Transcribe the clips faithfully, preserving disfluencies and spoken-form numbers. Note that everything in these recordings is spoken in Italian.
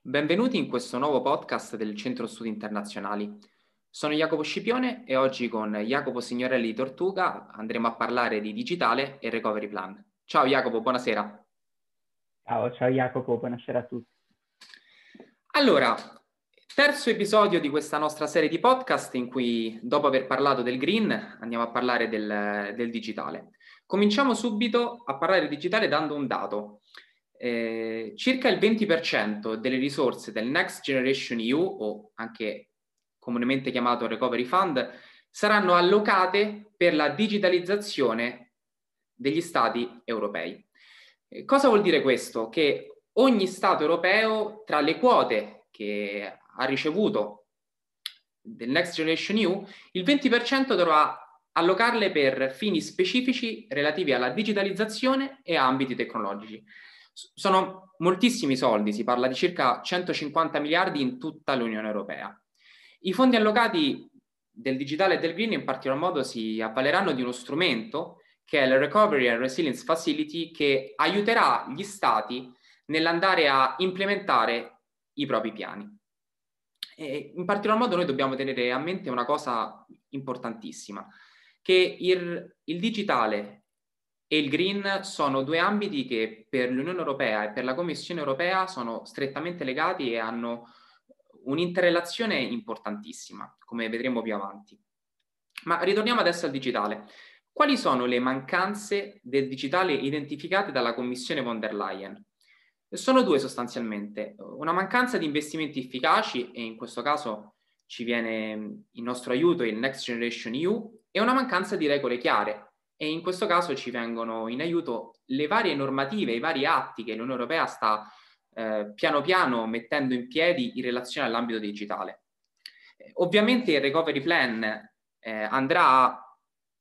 Benvenuti in questo nuovo podcast del Centro Studi Internazionali. Sono Jacopo Scipione e oggi con Jacopo Signorelli di Tortuga andremo a parlare di digitale e recovery plan. Ciao Jacopo, buonasera. Ciao, ciao Jacopo, buonasera a tutti. Allora, terzo episodio di questa nostra serie di podcast in cui, dopo aver parlato del green, andiamo a parlare del, del digitale. Cominciamo subito a parlare del digitale dando un dato. Eh, circa il venti per cento delle risorse del Next Generation E U, o anche comunemente chiamato Recovery Fund, saranno allocate per la digitalizzazione degli stati europei. Eh, cosa vuol dire questo? Che ogni stato europeo, tra le quote che ha ricevuto del Next Generation E U, il venti per cento dovrà allocarle per fini specifici relativi alla digitalizzazione e a ambiti tecnologici. Sono moltissimi soldi, si parla di circa centocinquanta miliardi in tutta l'Unione Europea. I fondi allocati del digitale e del green in particolar modo si avvaleranno di uno strumento che è il Recovery and Resilience Facility, che aiuterà gli stati nell'andare a implementare i propri piani. E in particolar modo noi dobbiamo tenere a mente una cosa importantissima, che il, il digitale e il green sono due ambiti che per l'Unione Europea e per la Commissione Europea sono strettamente legati e hanno un'interrelazione importantissima, come vedremo più avanti. Ma ritorniamo adesso al digitale. Quali sono le mancanze del digitale identificate dalla Commissione von der Leyen? Sono due sostanzialmente. Una mancanza di investimenti efficaci, e in questo caso ci viene in nostro aiuto il Next Generation E U, e una mancanza di regole chiare. E in questo caso ci vengono in aiuto le varie normative, i vari atti che l'Unione Europea sta eh, piano piano mettendo in piedi in relazione all'ambito digitale. Eh, ovviamente il Recovery Plan eh, andrà a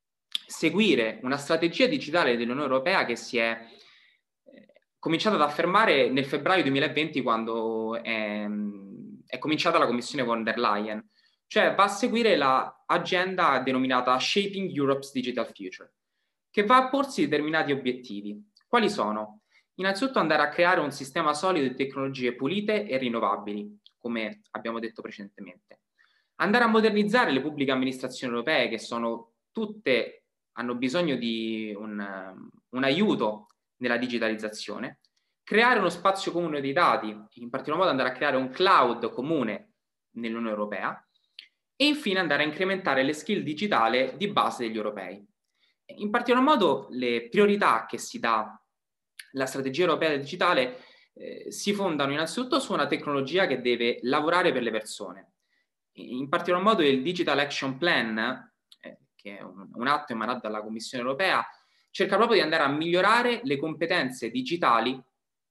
seguire una strategia digitale dell'Unione Europea che si è eh, cominciata ad affermare nel febbraio duemilaventi, quando è, è cominciata la Commissione von der Leyen, cioè va a seguire l'agenda denominata Shaping Europe's Digital Future, che va a porsi determinati obiettivi. Quali sono? Innanzitutto andare a creare un sistema solido di tecnologie pulite e rinnovabili, come abbiamo detto precedentemente. Andare a modernizzare le pubbliche amministrazioni europee, che sono tutte, hanno bisogno di un, un aiuto nella digitalizzazione. Creare uno spazio comune dei dati, in particolar modo andare a creare un cloud comune nell'Unione Europea. E infine andare a incrementare le skill digitali di base degli europei. In particolar modo le priorità che si dà alla strategia europea del digitale eh, si fondano innanzitutto su una tecnologia che deve lavorare per le persone. In particolar modo il Digital Action Plan, eh, che è un, un atto emanato dalla Commissione Europea, cerca proprio di andare a migliorare le competenze digitali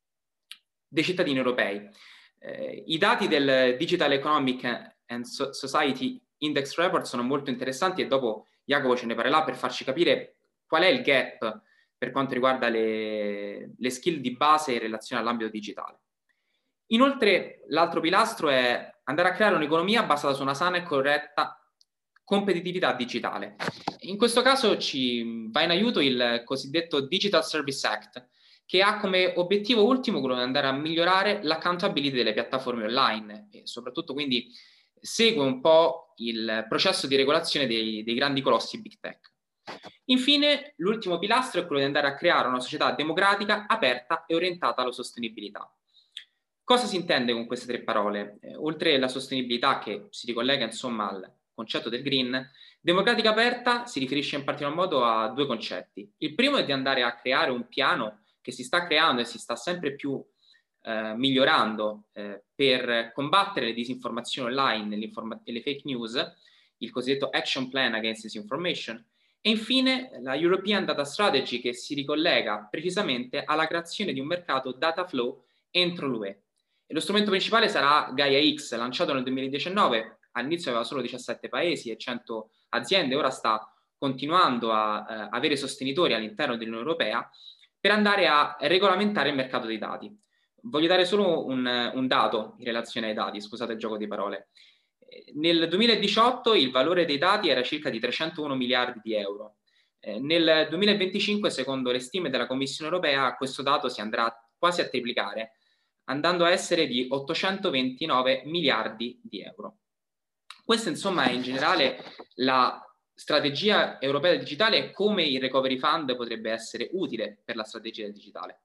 dei cittadini europei. Eh, I dati del Digital Economic and Society Index Report sono molto interessanti e dopo Jacopo ce ne parlerà per farci capire qual è il gap per quanto riguarda le, le skill di base in relazione all'ambito digitale. Inoltre, l'altro pilastro è andare a creare un'economia basata su una sana e corretta competitività digitale. In questo caso ci va in aiuto il cosiddetto Digital Service Act, che ha come obiettivo ultimo quello di andare a migliorare l'accountability delle piattaforme online e soprattutto quindi segue un po' il processo di regolazione dei, dei grandi colossi big tech. Infine, l'ultimo pilastro è quello di andare a creare una società democratica, aperta e orientata alla sostenibilità. Cosa si intende con queste tre parole? Eh, oltre alla sostenibilità, che si ricollega insomma al concetto del green, democratica aperta si riferisce in particolar modo a due concetti. Il primo è di andare a creare un piano che si sta creando e si sta sempre più eh, migliorando eh, per combattere le disinformazioni online e le fake news, il cosiddetto Action Plan Against Disinformation. E infine la European Data Strategy, che si ricollega precisamente alla creazione di un mercato data flow entro l'U E. E lo strumento principale sarà Gaia X, lanciato nel duemiladiciannove, all'inizio aveva solo diciassette paesi e cento aziende, ora sta continuando a eh, avere sostenitori all'interno dell'Unione Europea per andare a regolamentare il mercato dei dati. Voglio dare solo un, un dato in relazione ai dati, scusate il gioco di parole. Nel duemiladiciotto il valore dei dati era circa di trecentouno miliardi di euro. Eh, nel duemilaventicinque, secondo le stime della Commissione Europea, questo dato si andrà quasi a triplicare, andando a essere di ottocentoventinove miliardi di euro. Questa insomma è in generale la strategia europea del digitale e come il Recovery Fund potrebbe essere utile per la strategia del digitale.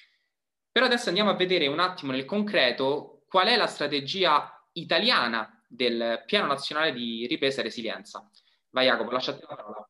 Però adesso andiamo a vedere un attimo nel concreto qual è la strategia italiana del Piano Nazionale di Ripresa e Resilienza. Vai Jacopo, lasciate la parola.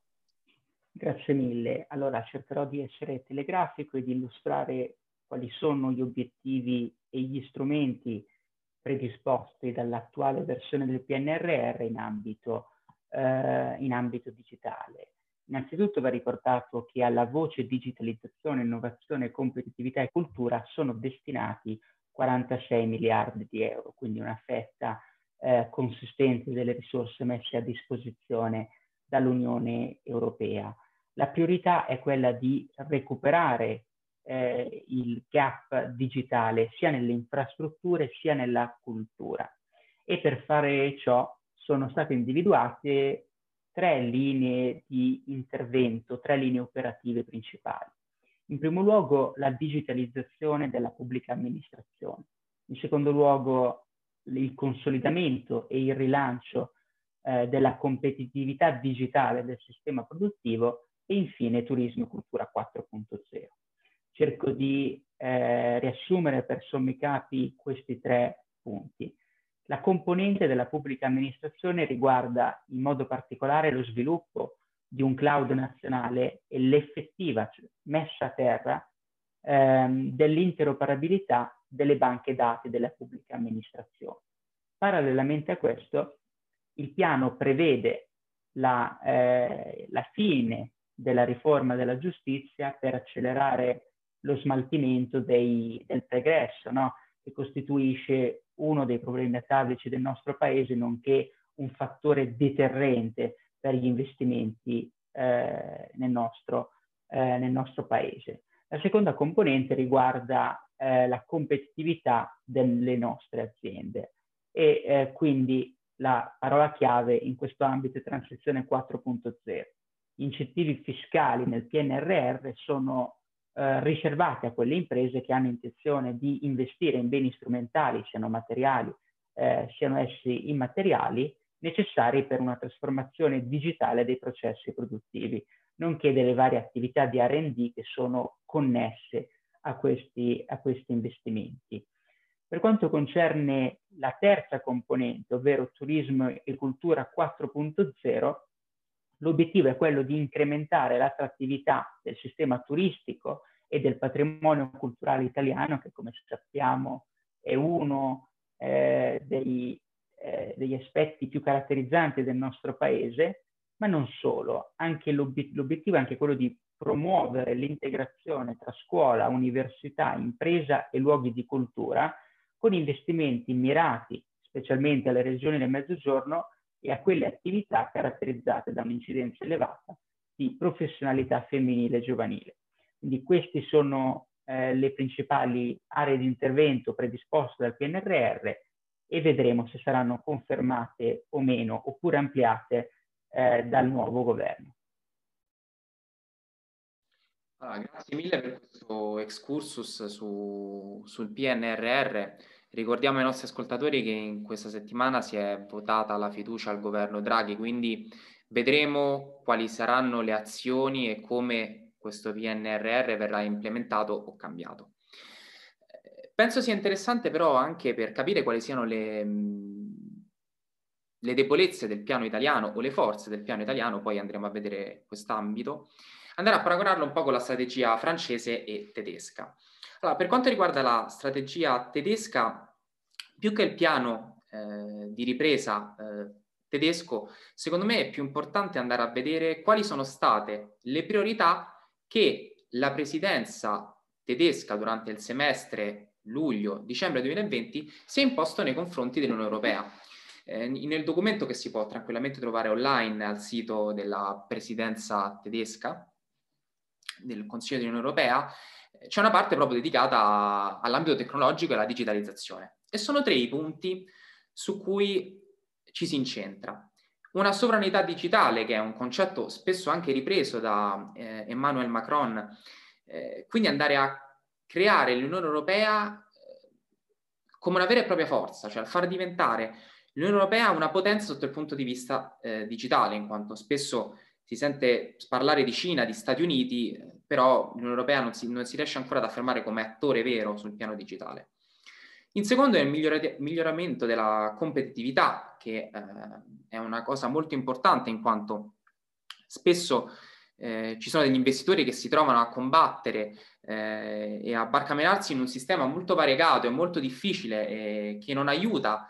Grazie mille. Allora cercherò di essere telegrafico e di illustrare quali sono gli obiettivi e gli strumenti predisposti dall'attuale versione del P N R R in ambito, eh, in ambito digitale. Innanzitutto va ricordato che alla voce digitalizzazione, innovazione, competitività e cultura sono destinati quarantasei miliardi di euro, quindi una fetta eh, consistente delle risorse messe a disposizione dall'Unione Europea. La priorità è quella di recuperare eh, il gap digitale sia nelle infrastrutture sia nella cultura, e per fare ciò sono state individuate tre linee di intervento, tre linee operative principali. In primo luogo la digitalizzazione della pubblica amministrazione, in secondo luogo il consolidamento e il rilancio eh, della competitività digitale del sistema produttivo e infine turismo e cultura quattro punto zero. Cerco di eh, riassumere per sommi capi questi tre punti. La componente della pubblica amministrazione riguarda in modo particolare lo sviluppo di un cloud nazionale e l'effettiva cioè, messa a terra ehm, dell'interoperabilità delle banche dati della pubblica amministrazione. Parallelamente a questo, il piano prevede la, eh, la fine della riforma della giustizia per accelerare lo smaltimento dei, del pregresso, no? Che costituisce uno dei problemi atavici del nostro paese, nonché un fattore deterrente per gli investimenti eh, nel, nostro, eh, nel nostro paese. La seconda componente riguarda eh, la competitività delle nostre aziende e eh, quindi la parola chiave in questo ambito è transizione quattro punto zero. Gli incentivi fiscali nel P N R R sono eh, riservati a quelle imprese che hanno intenzione di investire in beni strumentali, siano materiali, eh, siano essi immateriali, necessari per una trasformazione digitale dei processi produttivi, nonché delle varie attività di R and D che sono connesse a questi, a questi investimenti. Per quanto concerne la terza componente, ovvero turismo e cultura quattro punto zero, l'obiettivo è quello di incrementare l'attrattività del sistema turistico e del patrimonio culturale italiano, che come sappiamo è uno eh, dei, eh, degli aspetti più caratterizzanti del nostro paese, ma non solo. Anche l'obiet- l'obiettivo è anche quello di promuovere l'integrazione tra scuola, università, impresa e luoghi di cultura, con investimenti mirati specialmente alle regioni del Mezzogiorno e a quelle attività caratterizzate da un'incidenza elevata di professionalità femminile e giovanile. Quindi queste sono eh, le principali aree di intervento predisposte dal P N R R e vedremo se saranno confermate o meno oppure ampliate eh, dal nuovo governo. Allora, grazie mille per questo excursus su, sul P N R R. Ricordiamo ai nostri ascoltatori che in questa settimana si è votata la fiducia al governo Draghi, quindi vedremo quali saranno le azioni e come questo P N R R verrà implementato o cambiato. Penso sia interessante però anche per capire quali siano le, le debolezze del piano italiano o le forze del piano italiano, poi andremo a vedere quest'ambito, andare a paragonarlo un po' con la strategia francese e tedesca. Allora, per quanto riguarda la strategia tedesca, più che il piano eh, di ripresa eh, tedesco, secondo me è più importante andare a vedere quali sono state le priorità che la presidenza tedesca durante il semestre luglio-dicembre duemilaventi si è imposto nei confronti dell'Unione Europea. Eh, nel documento che si può tranquillamente trovare online al sito della presidenza tedesca del Consiglio dell'Unione Europea, c'è una parte proprio dedicata all'ambito tecnologico e alla digitalizzazione. E sono tre i punti su cui ci si incentra. Una sovranità digitale, che è un concetto spesso anche ripreso da eh, Emmanuel Macron, eh, quindi andare a creare l'Unione Europea come una vera e propria forza, cioè a far diventare l'Unione Europea una potenza sotto il punto di vista eh, digitale, in quanto spesso si sente parlare di Cina, di Stati Uniti, eh, però l'Unione Europea non si, non si riesce ancora ad affermare come attore vero sul piano digitale. In secondo è il miglior- miglioramento della competitività, che eh, è una cosa molto importante in quanto spesso eh, ci sono degli investitori che si trovano a combattere eh, e a barcamenarsi in un sistema molto variegato e molto difficile e che non aiuta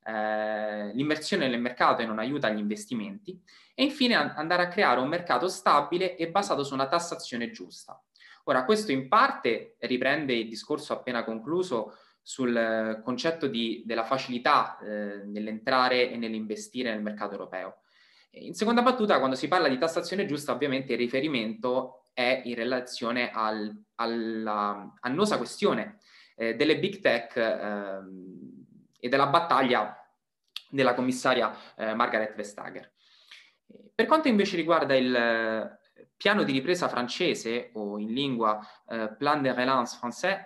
eh, l'immersione nel mercato e non aiuta gli investimenti. E infine andare a creare un mercato stabile e basato su una tassazione giusta. Ora, questo in parte riprende il discorso appena concluso sul concetto di, della facilità eh, nell'entrare e nell'investire nel mercato europeo. In seconda battuta, quando si parla di tassazione giusta, ovviamente il riferimento è in relazione al, alla annosa questione eh, delle big tech eh, e della battaglia della commissaria eh, Margaret Vestager. Per quanto invece riguarda il eh, piano di ripresa francese, o in lingua eh, Plan de relance français,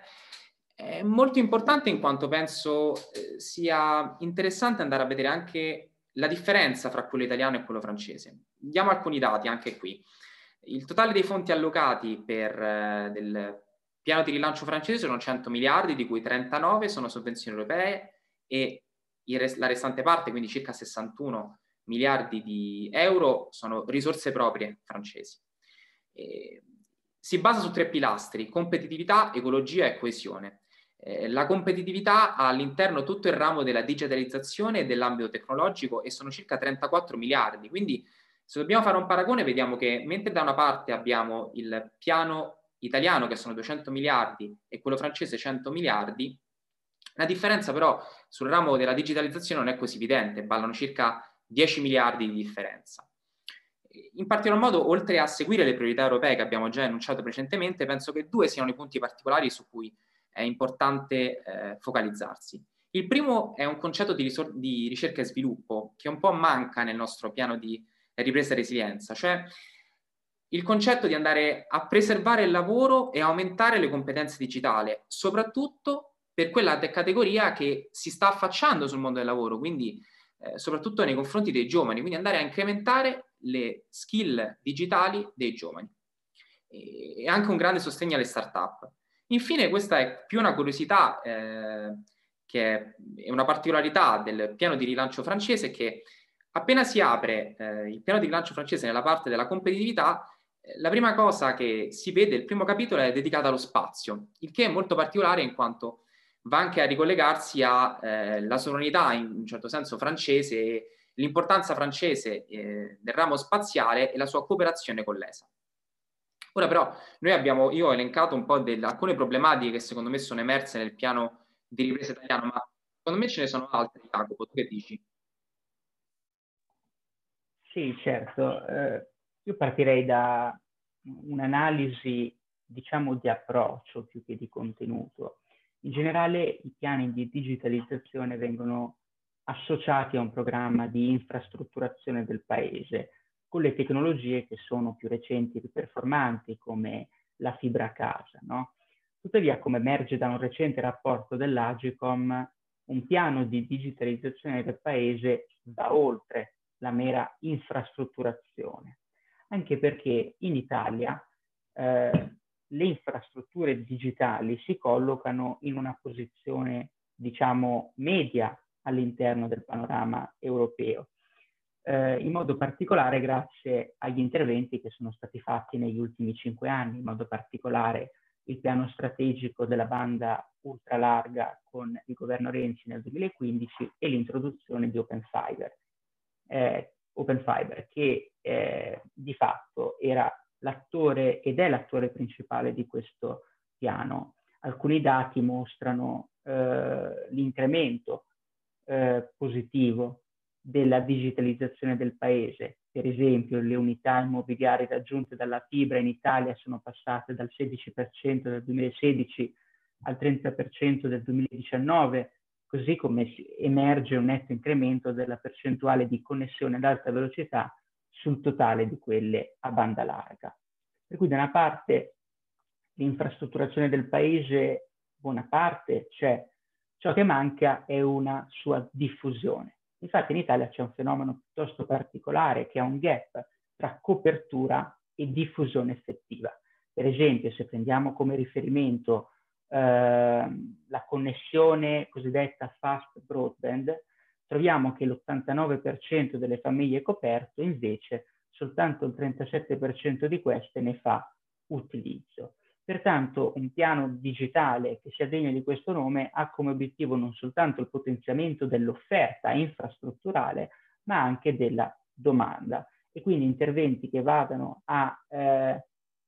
è molto importante in quanto penso eh, sia interessante andare a vedere anche la differenza fra quello italiano e quello francese. Diamo alcuni dati anche qui. Il totale dei fondi allocati per eh, del piano di rilancio francese sono cento miliardi, di cui trentanove sono sovvenzioni europee e res- la restante parte, quindi circa sessantuno miliardi di euro, sono risorse proprie francesi. E si basa su tre pilastri: competitività, ecologia e coesione. Eh, la competitività ha all'interno tutto il ramo della digitalizzazione e dell'ambito tecnologico e sono circa trentaquattro miliardi, quindi se dobbiamo fare un paragone vediamo che mentre da una parte abbiamo il piano italiano che sono duecento miliardi e quello francese cento miliardi, la differenza però sul ramo della digitalizzazione non è così evidente, ballano circa dieci miliardi di differenza. In particolar modo, oltre a seguire le priorità europee che abbiamo già enunciato precedentemente, penso che due siano i punti particolari su cui è importante eh, focalizzarsi. Il primo è un concetto di, risor- di ricerca e sviluppo che un po' manca nel nostro piano di ripresa e resilienza, cioè il concetto di andare a preservare il lavoro e aumentare le competenze digitali, soprattutto per quella categoria che si sta affacciando sul mondo del lavoro, quindi eh, soprattutto nei confronti dei giovani, quindi andare a incrementare le skill digitali dei giovani e anche un grande sostegno alle start-up. Infine, questa è più una curiosità eh, che è una particolarità del piano di rilancio francese, che appena si apre eh, il piano di rilancio francese nella parte della competitività, eh, la prima cosa che si vede, il primo capitolo è dedicato allo spazio, il che è molto particolare in quanto va anche a ricollegarsi alla eh, sovranità in un certo senso francese e l'importanza francese eh, del ramo spaziale e la sua cooperazione con l'E S A. Ora però noi abbiamo, io ho elencato un po' delle, alcune problematiche che secondo me sono emerse nel piano di ripresa italiano, ma secondo me ce ne sono altre, Jacopo, tu che dici? Sì, certo. Eh, io partirei da un'analisi, diciamo, di approccio più che di contenuto. In generale, i piani di digitalizzazione vengono associati a un programma di infrastrutturazione del paese, con le tecnologie che sono più recenti e più performanti, come la fibra a casa, no? Tuttavia, come emerge da un recente rapporto dell'Agcom, un piano di digitalizzazione del paese va oltre la mera infrastrutturazione, anche perché in Italia eh, le infrastrutture digitali si collocano in una posizione, diciamo, media all'interno del panorama europeo, eh, in modo particolare grazie agli interventi che sono stati fatti negli ultimi cinque anni, in modo particolare il piano strategico della banda ultralarga con il governo Renzi nel duemilaquindici e l'introduzione di Open Fiber. Eh, Open Fiber, che eh, di fatto era l'attore ed è l'attore principale di questo piano. Alcuni dati mostrano eh, l'incremento eh, positivo della digitalizzazione del paese. Per esempio, le unità immobiliari raggiunte dalla fibra in Italia sono passate dal sedici per cento del duemilasedici al trenta per cento del duemiladiciannove, così come emerge un netto incremento della percentuale di connessione ad alta velocità sul totale di quelle a banda larga. Per cui da una parte l'infrastrutturazione del paese, buona parte c'è, Ciò che manca è una sua diffusione. Infatti in Italia c'è un fenomeno piuttosto particolare che ha un gap tra copertura e diffusione effettiva. Per esempio, se prendiamo come riferimento eh, la connessione cosiddetta fast broadband, troviamo che l'ottantanove per cento delle famiglie coperte, invece, soltanto il trentasette per cento di queste ne fa utilizzo. Pertanto un piano digitale che sia degno di questo nome ha come obiettivo non soltanto il potenziamento dell'offerta infrastrutturale, ma anche della domanda, e quindi interventi che vadano a eh,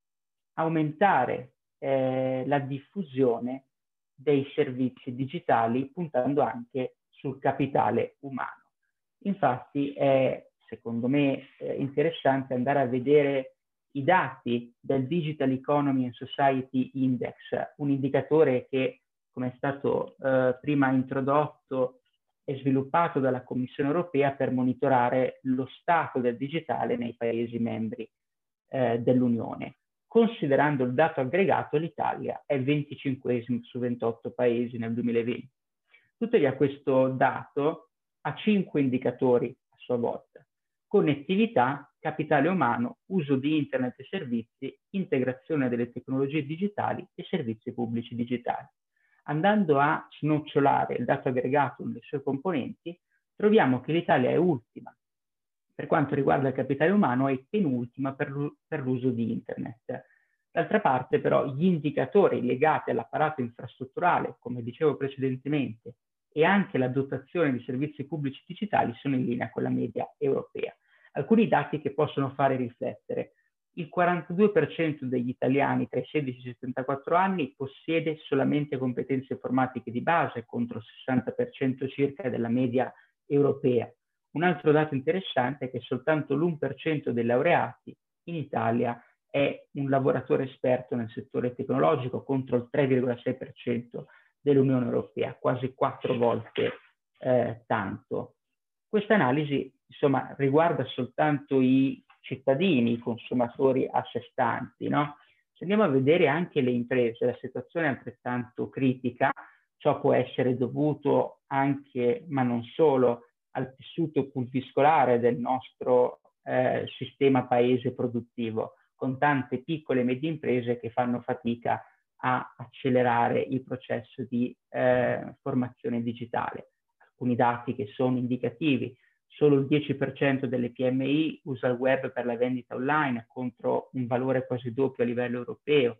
aumentare eh, la diffusione dei servizi digitali, puntando anche sul capitale umano. Infatti è, secondo me, eh, interessante andare a vedere i dati del Digital Economy and Society Index, un indicatore che, come è stato eh, prima introdotto, è sviluppato dalla Commissione europea per monitorare lo stato del digitale nei Paesi membri eh, dell'Unione. Considerando il dato aggregato, l'Italia è venticinquesimo su ventotto Paesi nel duemilaventi. Tuttavia questo dato ha cinque indicatori a sua volta: connettività, capitale umano, uso di internet e servizi, integrazione delle tecnologie digitali e servizi pubblici digitali. Andando a snocciolare il dato aggregato nelle sue componenti, troviamo che l'Italia è ultima per quanto riguarda il capitale umano e penultima per l'uso di internet. D'altra parte, però, gli indicatori legati all'apparato infrastrutturale, come dicevo precedentemente, e anche la dotazione di servizi pubblici digitali sono in linea con la media europea. Alcuni dati che possono fare riflettere: il quarantadue per cento degli italiani tra i sedici e i settantaquattro anni possiede solamente competenze informatiche di base, contro il sessanta per cento circa della media europea. Un altro dato interessante è che soltanto l'uno per cento dei laureati in Italia è un lavoratore esperto nel settore tecnologico, contro il tre virgola sei per cento dell'Unione Europea, quasi quattro volte eh, tanto. Questa analisi, insomma, riguarda soltanto i cittadini, i consumatori a sé stanti, no? Se andiamo a vedere anche le imprese, la situazione è altrettanto critica. Ciò può essere dovuto anche, ma non solo, al tessuto pulviscolare del nostro eh, sistema paese produttivo, con tante piccole e medie imprese che fanno fatica a accelerare il processo di eh, formazione digitale. Alcuni dati che sono indicativi: solo il dieci per cento delle P M I usa il web per la vendita online, contro un valore quasi doppio a livello europeo.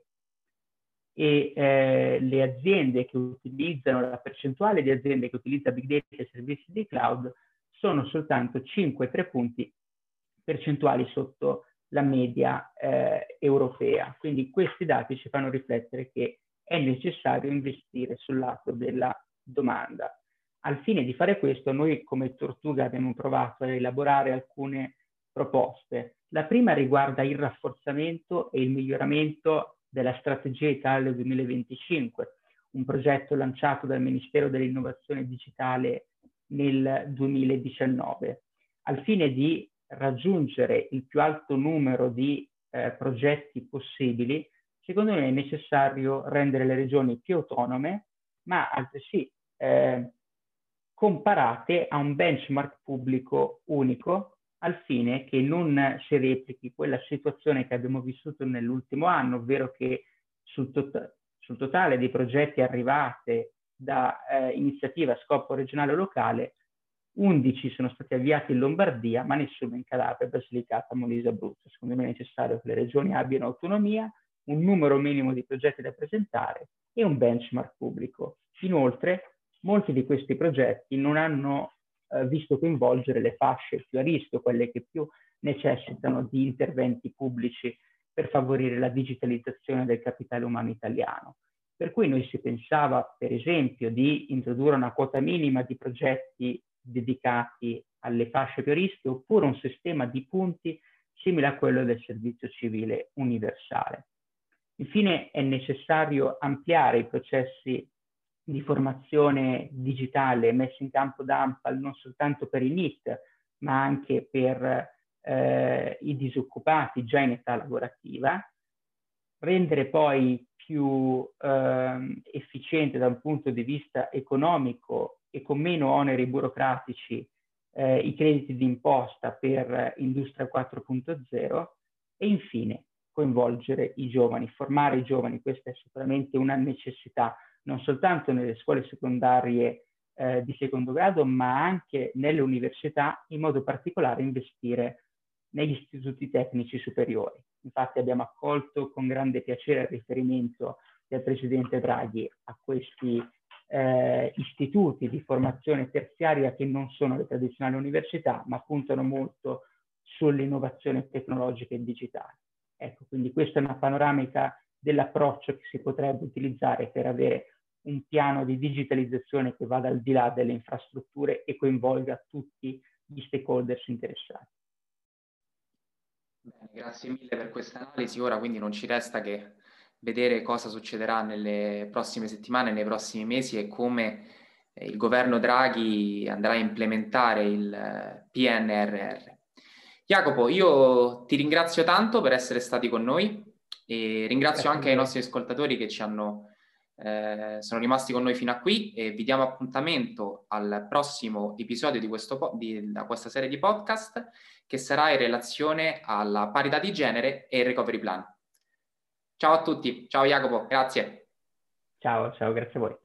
E eh, le aziende che utilizzano, la percentuale di aziende che utilizzano big data e servizi di cloud sono soltanto cinque virgola tre punti percentuali sotto la media eh, europea. Quindi questi dati ci fanno riflettere che è necessario investire sul lato della domanda. Al fine di fare questo, noi come Tortuga abbiamo provato a elaborare alcune proposte. La prima riguarda il rafforzamento e il miglioramento della strategia Italia duemilaventicinque, un progetto lanciato dal Ministero dell'Innovazione Digitale nel duemiladiciannove, al fine di raggiungere il più alto numero di eh, progetti possibili. Secondo me è necessario rendere le regioni più autonome, ma altresì eh, comparate a un benchmark pubblico unico, al fine che non si replichi quella situazione che abbiamo vissuto nell'ultimo anno, ovvero che sul, to- sul totale dei progetti arrivati da eh, iniziativa a scopo regionale o locale, undici sono stati avviati in Lombardia, ma nessuno in Calabria, Basilicata, Molise, Abruzzo. Secondo me è necessario che le regioni abbiano autonomia, un numero minimo di progetti da presentare e un benchmark pubblico. Inoltre, molti di questi progetti non hanno eh, visto coinvolgere le fasce più a rischio, quelle che più necessitano di interventi pubblici per favorire la digitalizzazione del capitale umano italiano. Per cui noi si pensava, per esempio, di introdurre una quota minima di progetti dedicati alle fasce più a rischio, oppure un sistema di punti simile a quello del servizio civile universale. Infine è necessario ampliare i processi di formazione digitale messi in campo da ANPAL non soltanto per i N I T, ma anche per eh, i disoccupati già in età lavorativa, rendere poi più ehm, efficiente da un punto di vista economico e con meno oneri burocratici eh, i crediti d'imposta per Industria quattro punto zero e infine coinvolgere i giovani, formare i giovani. Questa è sicuramente una necessità non soltanto nelle scuole secondarie eh, di secondo grado, ma anche nelle università, in modo particolare investire negli istituti tecnici superiori. Infatti abbiamo accolto con grande piacere il riferimento del Presidente Draghi a questi eh, istituti di formazione terziaria che non sono le tradizionali università, ma puntano molto sull'innovazione tecnologica e digitale. Ecco, quindi questa è una panoramica dell'approccio che si potrebbe utilizzare per avere un piano di digitalizzazione che vada al di là delle infrastrutture e coinvolga tutti gli stakeholders interessati. Bene, grazie mille per questa analisi. Ora quindi non ci resta che vedere cosa succederà nelle prossime settimane, nei prossimi mesi e come il governo Draghi andrà a implementare il P N R R. Jacopo, io ti ringrazio tanto per essere stati con noi e ringrazio Grazie anche i mille. nostri ascoltatori che ci hanno, eh, sono rimasti con noi fino a qui e vi diamo appuntamento al prossimo episodio di, questo po- di da questa serie di podcast che sarà in relazione alla parità di genere e il recovery plan. Ciao a tutti, ciao Jacopo, grazie. Ciao, ciao, grazie a voi.